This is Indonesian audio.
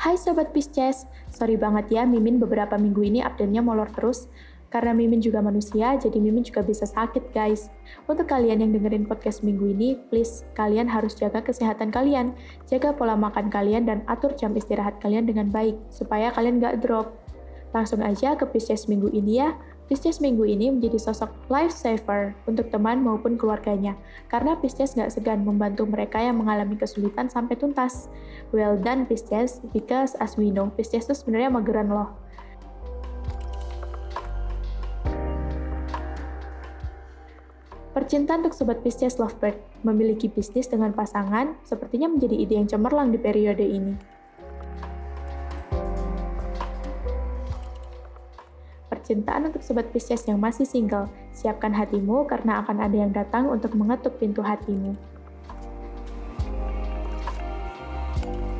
Hai Sobat Pisces, sorry banget ya Mimin beberapa minggu ini update-nya molor terus. Karena Mimin juga manusia, jadi Mimin juga bisa sakit guys. Untuk kalian yang dengerin podcast minggu ini, please, kalian harus jaga kesehatan kalian. Jaga pola makan kalian dan atur jam istirahat kalian dengan baik, supaya kalian gak drop. Langsung aja ke Pisces minggu ini ya. Pisces minggu ini menjadi sosok lifesaver untuk teman maupun keluarganya, karena Pisces nggak segan membantu mereka yang mengalami kesulitan sampai tuntas. Well done Pisces, because as we know, Pisces itu sebenarnya mageran loh. Percintaan untuk Sobat Pisces Lovebird, memiliki bisnis dengan pasangan sepertinya menjadi ide yang cemerlang di periode ini. Percintaan untuk Sobat Pisces yang masih single, siapkan hatimu karena akan ada yang datang untuk mengetuk pintu hatimu.